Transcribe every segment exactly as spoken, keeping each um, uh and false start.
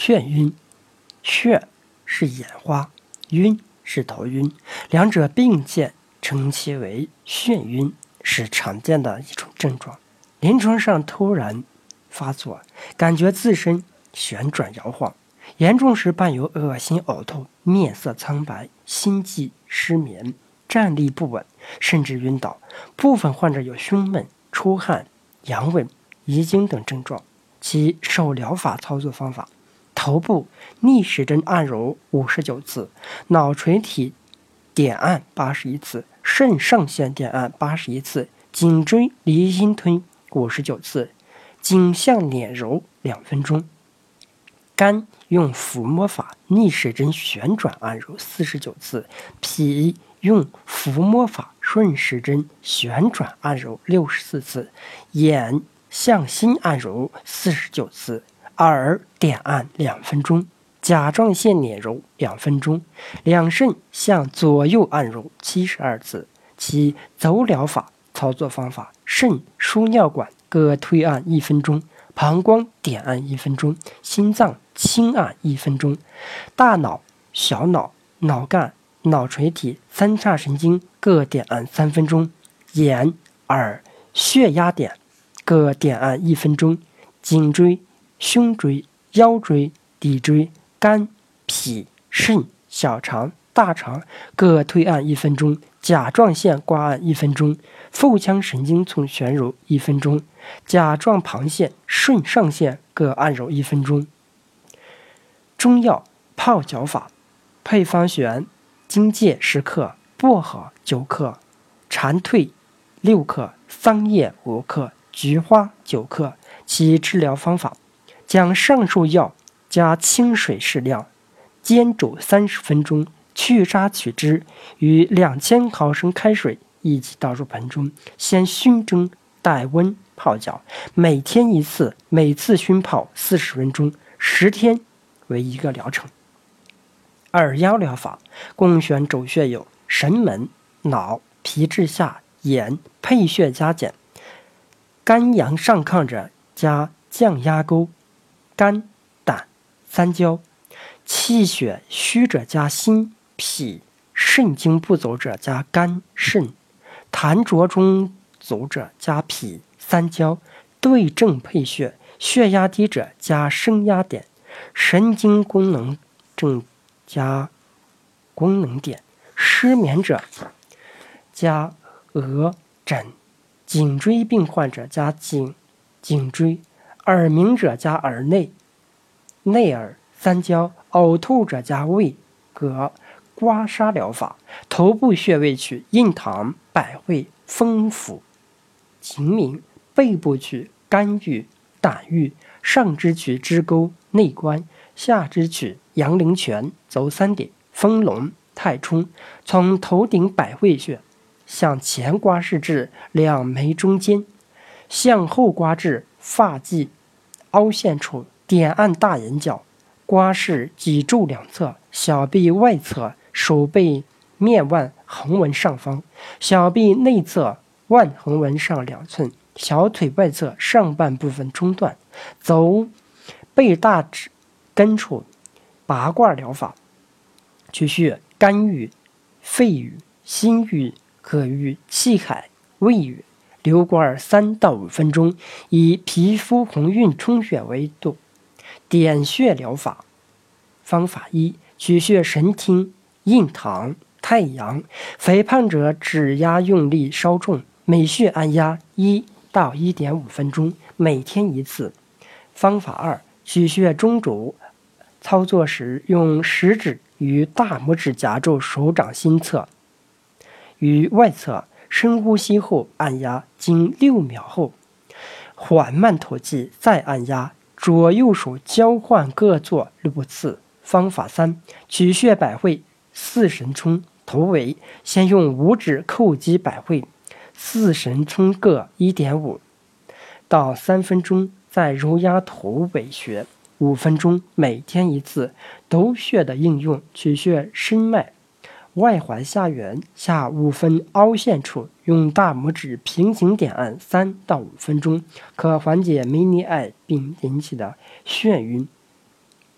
眩晕。眩是眼花，晕是头晕，两者并见，称其为眩晕，是常见的一种症状。临床上突然发作，感觉自身旋转摇晃，严重时伴有恶心呕吐、面色苍白、心悸、失眠、站立不稳，甚至晕倒。部分患者有胸闷、出汗、阳痿、遗精等症状。其手疗法操作方法：头部逆时针按揉五十九次，脑垂体点按八十一次，肾上腺点按八十一次，颈椎离心推五十九次，颈项捻揉两分钟。肝用抚摸法逆时针旋转按揉四十九次，脾用抚摸法顺时针旋转按揉六十四次，眼向心按揉四十九次，耳点按两分钟，甲状腺捻揉两分钟，两肾向左右按揉七十二次。其走疗法操作方法：肾输尿管各推按一分钟，膀胱点按一分钟，心脏轻按一分钟，大脑、小脑、脑干、脑垂体三叉神经各点按三分钟，眼、耳、血压点各点按一分钟，颈椎、胸椎、腰椎、骶椎、肝、脾、肾、小肠、大肠各推按一分钟，甲状腺刮按一分钟，腹腔神经丛旋揉一分钟，甲状旁腺、肾上腺各按揉一分钟。中药泡脚法：配方选荆芥十克、薄荷九克、蝉蜕六克、桑叶五克、菊花九克。其治疗方法：将上述药加清水适量，煎煮三十分钟，去渣取汁，与两千毫升开水一起倒入盆中，先熏蒸待温泡脚，每天一次，每次熏泡四十分钟，十天为一个疗程。耳腰疗法共选肘穴有神门、脑、皮质下、眼、配穴加减。肝阳上亢者加降压沟、肝、胆、三焦；气血虚者加心、脾；肾经不走者加肝、肾；痰浊中走者加脾、三焦；对症配穴，血压低者加升压点；神经功能症加功能点；失眠者加额枕；颈椎病患者加颈颈椎；耳鸣者加耳内内耳三焦；呕吐者加胃膈。刮痧疗法：头部穴位取印堂、百会、风府、睛明；背部取肝郁、胆郁；上肢取支沟、内关；下肢取阳陵泉、足三点、丰隆、太冲。从头顶百会穴向前刮拭至两眉中间，向后刮至发际凹陷处，点按大眼角，刮拭脊柱两侧、小臂外侧、手背面腕横纹上方、小臂内侧腕横纹上两寸、小腿外侧上半部分中段。走背大趾根处拔罐疗法：取穴肝郁、肺郁、心郁、膈郁、气海、胃郁，留罐三到五分钟，以皮肤红晕充血为度。点穴疗法方法一：取穴神听、印堂、太阳。肥胖者指压用力稍重，每穴按压一到一点五分钟，每天一次。方法二：取穴中轴。操作时用食指与大拇指夹住手掌心侧与外侧，深呼吸后按压，经六秒后缓慢吐气，再按压，左右手交换各做六次。方法三：取穴百会、四神聪、头尾。先用五指叩击百会、四神聪各 一点五 到三分钟，再揉压头尾穴五分钟，每天一次。斗穴的应用：取穴深脉、外环下缘下五分凹陷处，用大拇指平行点按三到五分钟，可缓解迷离爱并引起的眩晕。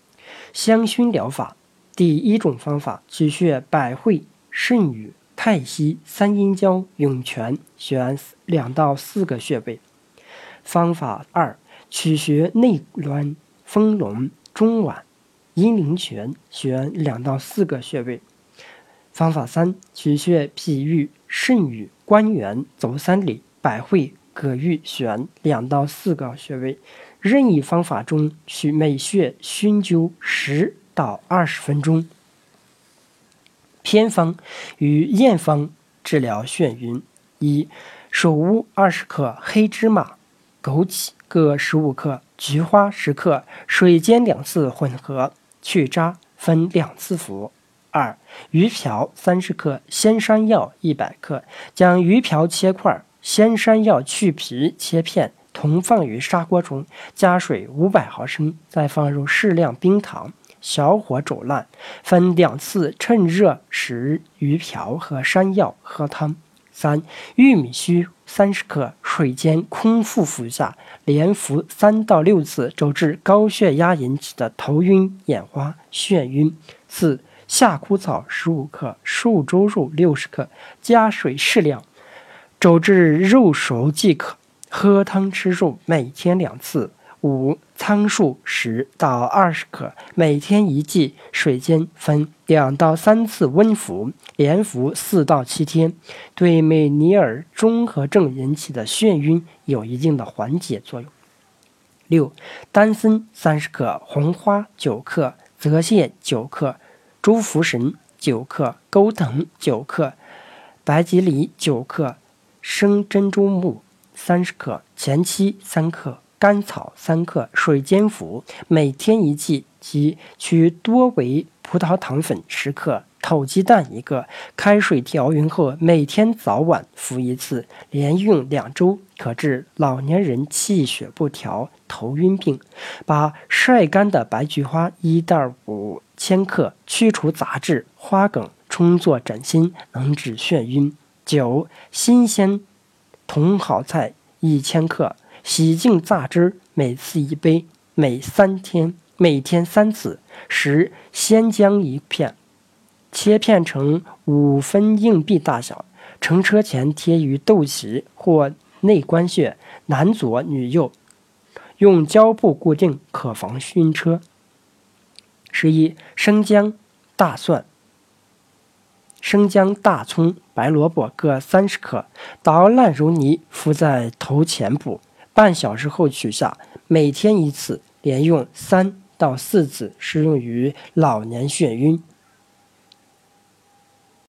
香薰疗法。第一种方法，取穴百会、肾俞、太溪、三阴交、涌泉，选两到四个穴位。方法二，取穴内关、丰隆、中脘、阴陵泉，选两到四个穴位。方法三，取穴脾俞、肾俞、关元、走三里、百会、膈俞，选两到四个穴位。任意方法中取每穴熏灸十到二十分钟。偏方与验方治疗眩晕：一、首乌二十克，黑芝麻、枸杞各十五克，菊花十克，水煎两次混合，去渣，分两次服。二、鱼瓢三十克，鲜山药一百克，将鱼瓢切块，鲜山药去皮切片，同放于砂锅中，加水五百毫升，再放入适量冰糖，小火煮烂，分两次趁热时鱼瓢和山药喝汤。三、玉米须三十克，水煎空腹服下，连服三到六次，肘治高血压引起的头晕、眼花、眩晕。四、夏枯草十五克，瘦猪肉六十克，加水适量，肘至肉熟即可。喝汤吃肉，每天两次。五、苍术十到二十克，每天一剂，水煎，分两到三次温服，连服四到七天，对美尼尔综合症引起的眩晕有一定的缓解作用。六、丹参三十克，红花九克，泽泻九克，猪茯神九克，钩藤九克，白吉藜九克，生珍珠木三十克，前期三克，甘草三克，水煎服，每天一剂，即取多维葡萄糖粉十克，透鸡蛋一个，开水调匀后，每天早晚服一次，连用两周，可治老年人气血不调、头晕病。把晒干的白菊花一到五千克，去除杂质、花梗，冲作枕芯，能治眩晕。九、新鲜茼蒿菜一千克，洗净榨汁，每次一杯，每三天，每天三次。十、鲜姜一片，切片成五分硬币大小，乘车前贴于肚脐或内关穴，男左女右，用胶布固定，可防晕车。十一、生姜、大蒜、生姜、大葱、白萝卜各三十克，捣烂揉泥，敷在头前部，半小时后取下，每天一次，连用三到四次，适用于老年眩晕。